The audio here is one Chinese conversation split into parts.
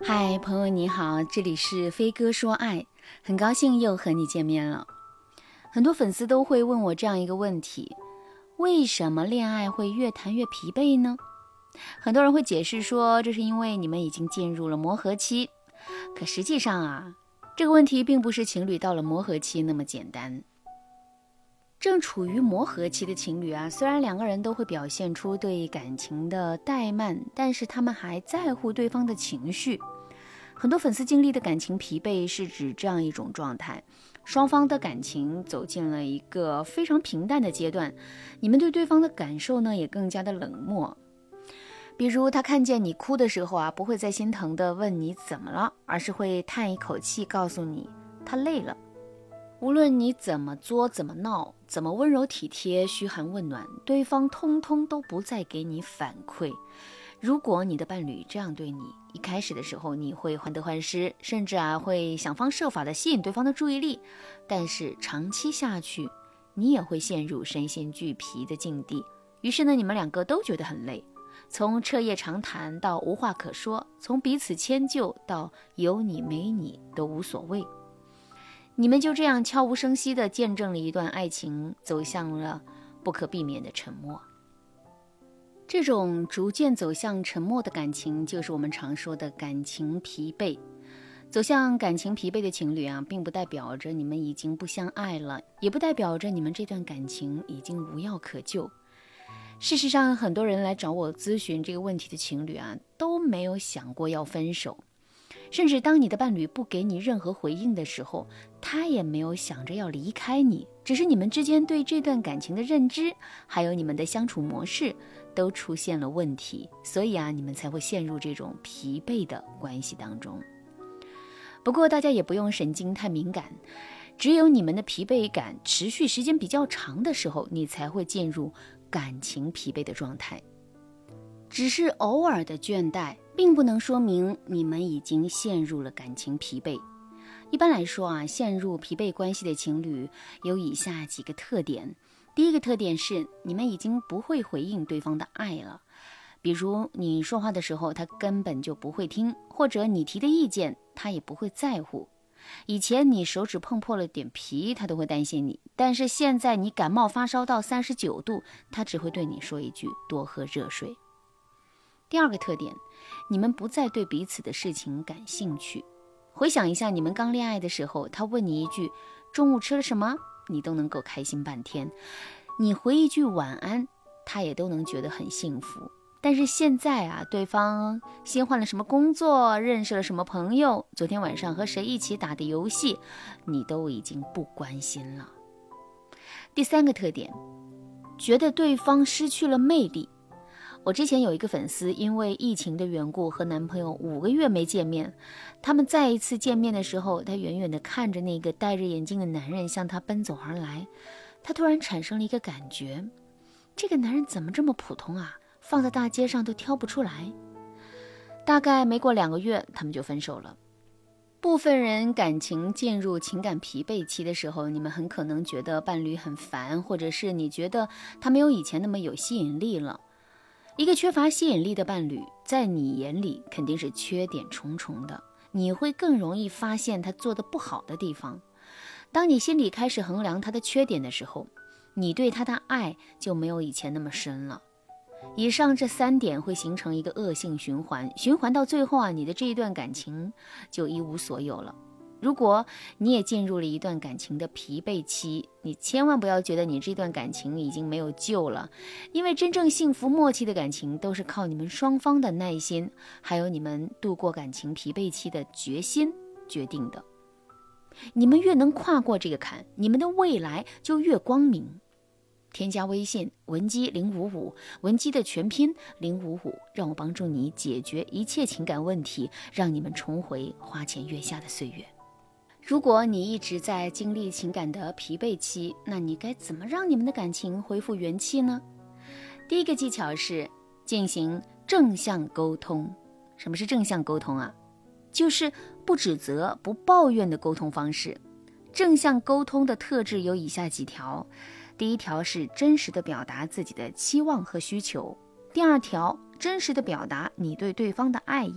嗨，朋友你好，这里是飞哥说爱，很高兴又和你见面了。很多粉丝都会问我这样一个问题，为什么恋爱会越谈越疲惫呢？很多人会解释说，这是因为你们已经进入了磨合期。可实际上啊，这个问题并不是情侣到了磨合期那么简单。正处于磨合期的情侣啊，虽然两个人都会表现出对感情的怠慢，但是他们还在乎对方的情绪。很多粉丝经历的感情疲惫是指这样一种状态，双方的感情走进了一个非常平淡的阶段，你们对对方的感受呢也更加的冷漠。比如他看见你哭的时候啊，不会再心疼的问你怎么了，而是会叹一口气告诉你他累了。无论你怎么作怎么闹，怎么温柔体贴嘘寒问暖，对方通通都不再给你反馈。如果你的伴侣这样对你，一开始的时候你会患得患失，甚至会想方设法的吸引对方的注意力，但是长期下去你也会陷入身心俱疲的境地。于是呢，你们两个都觉得很累，从彻夜长谈到无话可说，从彼此迁就到有你没你都无所谓。你们就这样悄无声息地见证了一段爱情走向了不可避免的沉默。这种逐渐走向沉默的感情，就是我们常说的感情疲惫。走向感情疲惫的情侣啊，并不代表着你们已经不相爱了，也不代表着你们这段感情已经无药可救。事实上，很多人来找我咨询这个问题的情侣啊，都没有想过要分手。甚至当你的伴侣不给你任何回应的时候，他也没有想着要离开你，只是你们之间对这段感情的认知，还有你们的相处模式都出现了问题，所以你们才会陷入这种疲惫的关系当中。不过大家也不用神经太敏感，只有你们的疲惫感持续时间比较长的时候，你才会进入感情疲惫的状态。只是偶尔的倦怠，并不能说明你们已经陷入了感情疲惫。一般来说陷入疲惫关系的情侣有以下几个特点。第一个特点是，你们已经不会回应对方的爱了。比如你说话的时候，他根本就不会听，或者你提的意见，他也不会在乎。以前你手指碰破了点皮，他都会担心你，但是现在你感冒发烧到39度，他只会对你说一句多喝热水。第二个特点，你们不再对彼此的事情感兴趣。回想一下你们刚恋爱的时候，他问你一句中午吃了什么，你都能够开心半天，你回一句晚安，他也都能觉得很幸福。但是现在对方新换了什么工作，认识了什么朋友，昨天晚上和谁一起打的游戏，你都已经不关心了。第三个特点，觉得对方失去了魅力。我之前有一个粉丝，因为疫情的缘故和男朋友5个月没见面，他们再一次见面的时候，她远远地看着那个戴着眼镜的男人向她奔走而来，她突然产生了一个感觉，这个男人怎么这么普通啊，放在大街上都挑不出来。大概没过2个月，他们就分手了。部分人感情进入情感疲惫期的时候，你们很可能觉得伴侣很烦，或者是你觉得他没有以前那么有吸引力了。一个缺乏吸引力的伴侣，在你眼里肯定是缺点重重的，你会更容易发现他做得不好的地方。当你心里开始衡量他的缺点的时候，你对他的爱就没有以前那么深了。以上这3点会形成一个恶性循环，循环到最后你的这一段感情就一无所有了。如果你也进入了一段感情的疲惫期，你千万不要觉得你这段感情已经没有救了，因为真正幸福默契的感情都是靠你们双方的耐心，还有你们度过感情疲惫期的决心决定的。你们越能跨过这个坎，你们的未来就越光明。添加微信文姬055，文姬的全拼055，让我帮助你解决一切情感问题，让你们重回花前月下的岁月。如果你一直在经历情感的疲惫期，那你该怎么让你们的感情恢复元气呢？第一个技巧是进行正向沟通。什么是正向沟通啊？就是不指责、不抱怨的沟通方式。正向沟通的特质有以下几条。第一条是真实的表达自己的期望和需求。第二条，真实的表达你对对方的爱意。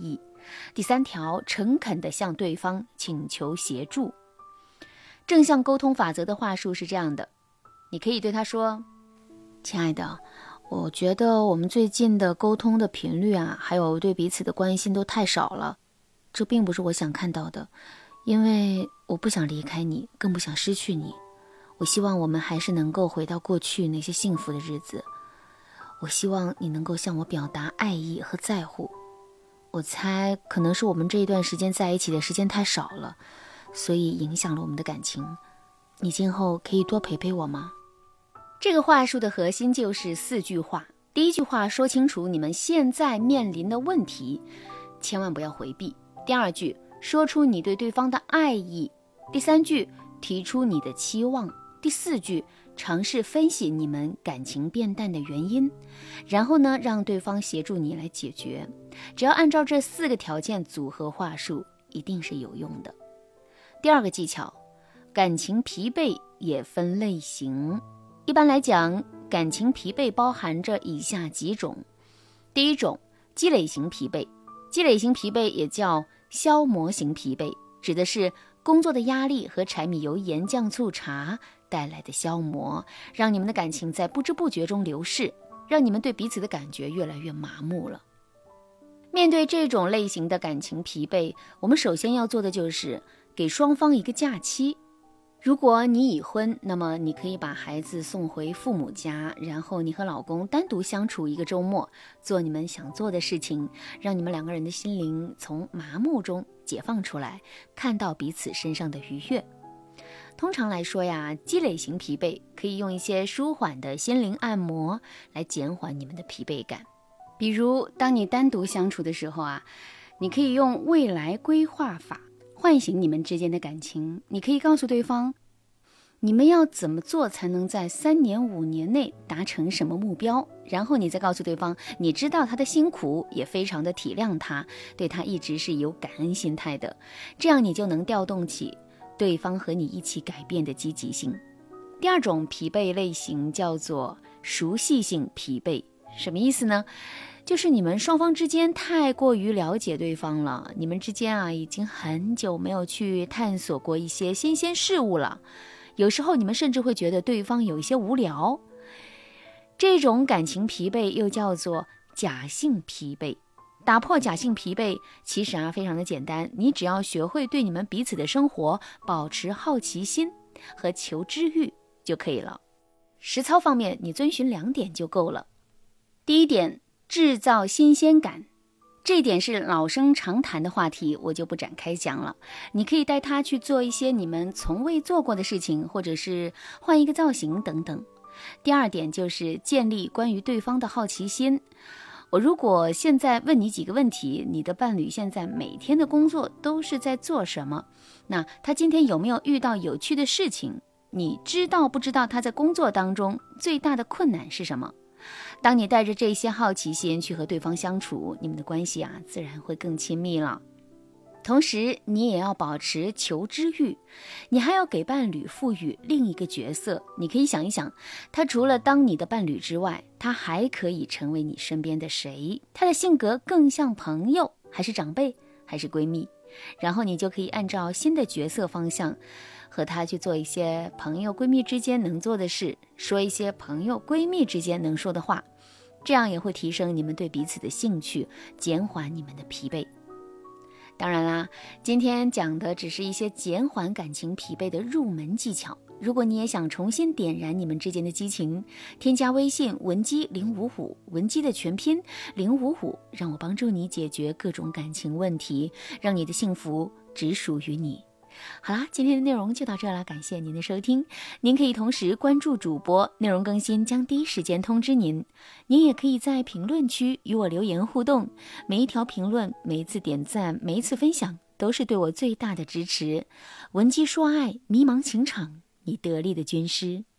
第3条，诚恳地向对方请求协助。正向沟通法则的话术是这样的，你可以对他说，亲爱的，我觉得我们最近的沟通的频率还有对彼此的关心都太少了，这并不是我想看到的，因为我不想离开你，更不想失去你。我希望我们还是能够回到过去那些幸福的日子。我希望你能够向我表达爱意和在乎。我猜可能是我们这一段时间在一起的时间太少了，所以影响了我们的感情。你今后可以多陪陪我吗？这个话术的核心就是4句话。第1句话，说清楚你们现在面临的问题，千万不要回避。第2句，说出你对对方的爱意。第3句，提出你的期望。第4句，尝试分析你们感情变淡的原因，然后呢，让对方协助你来解决。只要按照这4个条件组合话术，一定是有用的。第2个技巧，感情疲惫也分类型。一般来讲，感情疲惫包含着以下几种。第1种，积累型疲惫。积累型疲惫也叫消磨型疲惫，指的是工作的压力和柴米油盐酱醋茶带来的消磨，让你们的感情在不知不觉中流逝，让你们对彼此的感觉越来越麻木了。面对这种类型的感情疲惫，我们首先要做的就是给双方一个假期。如果你已婚，那么你可以把孩子送回父母家，然后你和老公单独相处一个周末，做你们想做的事情，让你们2个人的心灵从麻木中解放出来，看到彼此身上的愉悦。通常来说呀，积累型疲惫可以用一些舒缓的心灵按摩来减缓你们的疲惫感。比如当你单独相处的时候你可以用未来规划法唤醒你们之间的感情。你可以告诉对方，你们要怎么做才能在3年5年内达成什么目标，然后你再告诉对方，你知道他的辛苦，也非常的体谅他，对他一直是有感恩心态的，这样你就能调动起对方和你一起改变的积极性。第2种疲惫类型叫做熟悉性疲惫。什么意思呢？就是你们双方之间太过于了解对方了，你们之间已经很久没有去探索过一些新鲜事物了，有时候你们甚至会觉得对方有一些无聊。这种感情疲惫又叫做假性疲惫。打破假性疲惫其实非常的简单，你只要学会对你们彼此的生活保持好奇心和求知欲就可以了。实操方面，你遵循2点就够了。第1点，制造新鲜感。这一点是老生常谈的话题，我就不展开讲了。你可以带他去做一些你们从未做过的事情，或者是换一个造型等等。第2点就是建立关于对方的好奇心。我如果现在问你几个问题，你的伴侣现在每天的工作都是在做什么？那他今天有没有遇到有趣的事情？你知道不知道他在工作当中最大的困难是什么？当你带着这些好奇心去和对方相处，你们的关系自然会更亲密了。同时你也要保持求知欲，你还要给伴侣赋予另一个角色。你可以想一想，他除了当你的伴侣之外，他还可以成为你身边的谁？他的性格更像朋友，还是长辈，还是闺蜜？然后你就可以按照新的角色方向和他去做一些朋友闺蜜之间能做的事，说一些朋友闺蜜之间能说的话，这样也会提升你们对彼此的兴趣，减缓你们的疲惫。当然啦，今天讲的只是一些减缓感情疲惫的入门技巧。如果你也想重新点燃你们之间的激情，添加微信文姬055，文姬的全拼055，让我帮助你解决各种感情问题，让你的幸福只属于你。好啦，今天的内容就到这了，感谢您的收听。您可以同时关注主播，内容更新将第一时间通知您。您也可以在评论区与我留言互动，每一条评论，每一次点赞，每一次分享，都是对我最大的支持。文姬说爱，迷茫情场，你得力的军师。